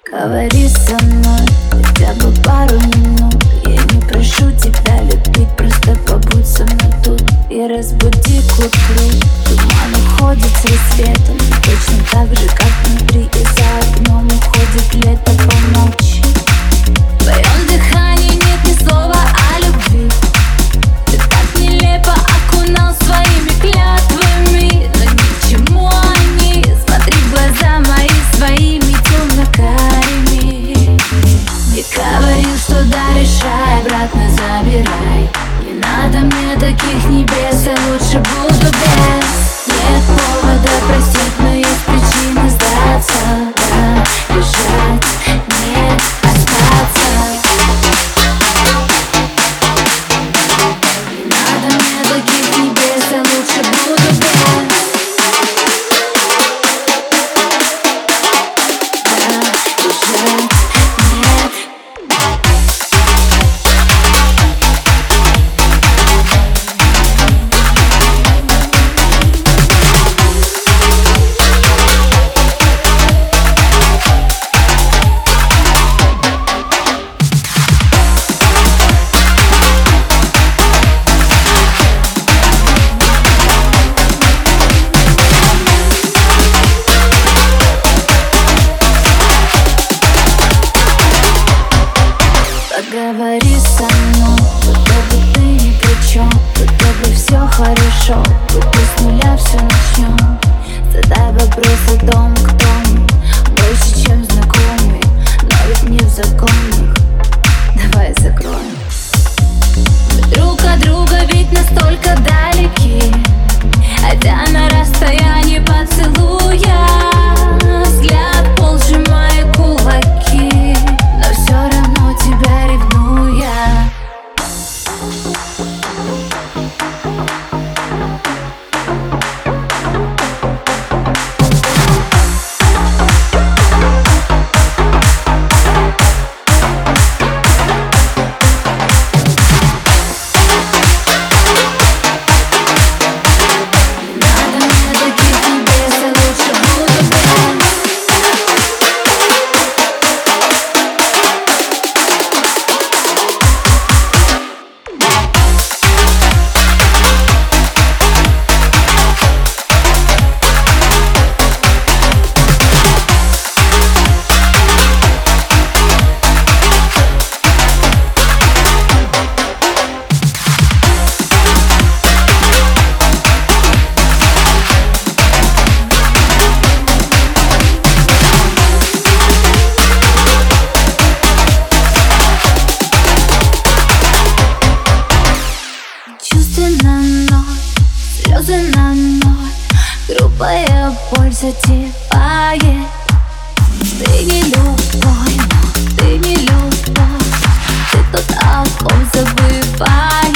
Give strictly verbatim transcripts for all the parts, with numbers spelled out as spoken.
Говори со мной хотя бы пару минут. Я не прошу тебя любить, просто побудь со мной тут. И разбуди к утру. Туман уходит с рассветом, точно так же, как внутри. И за окном уходит лето, помолчи. В твоем дыхании нет ни слова о любви. Ты так нелепо окунал своими клятвами, но ни к чему они. Смотри в глаза мои своими темно-карими. Не говорил, что да, решай, обратно забирай. Не надо мне таких небес, я лучше буду без. Нет повода просить, но есть причины сдаться. Да, бежать, нет, остаться. Не надо мне таких небес, я лучше буду без. Да, бежать, нет. Поговори со мной, будто бы ты ни при чем, будто бы все хорошо, будто с нуля все начнем. Задай вопрос о том, кто мы, больше, чем знакомый, но ведь не в законах. Давай закроем. Мы друг от друга ведь настолько далеки, хотя на расстоянии поцелуя. Взгляд пол сжимая кулаки, но все равно тебя ревную я. Слезы на ноль, грубая боль затевает. Ты не любовь, но ты не любовь. Ты тот, о ком забываешь.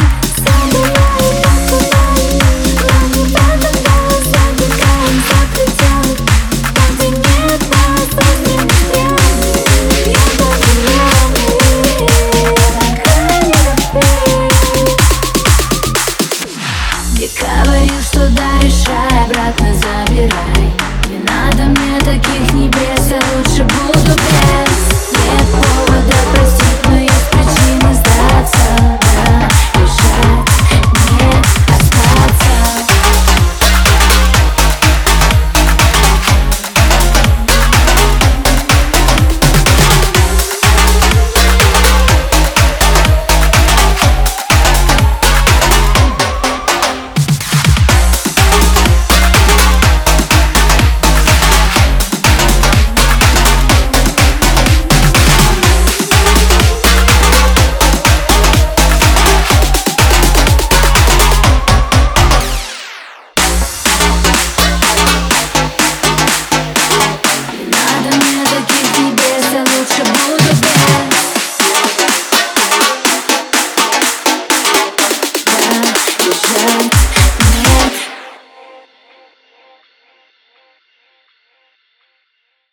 Говорил, что да, решай, обратно забирай. Не надо мне таких небес, я лучше буду без. Нет повода просить, но есть причины сдаться. Да, бежать, нет, остаться. Yeah.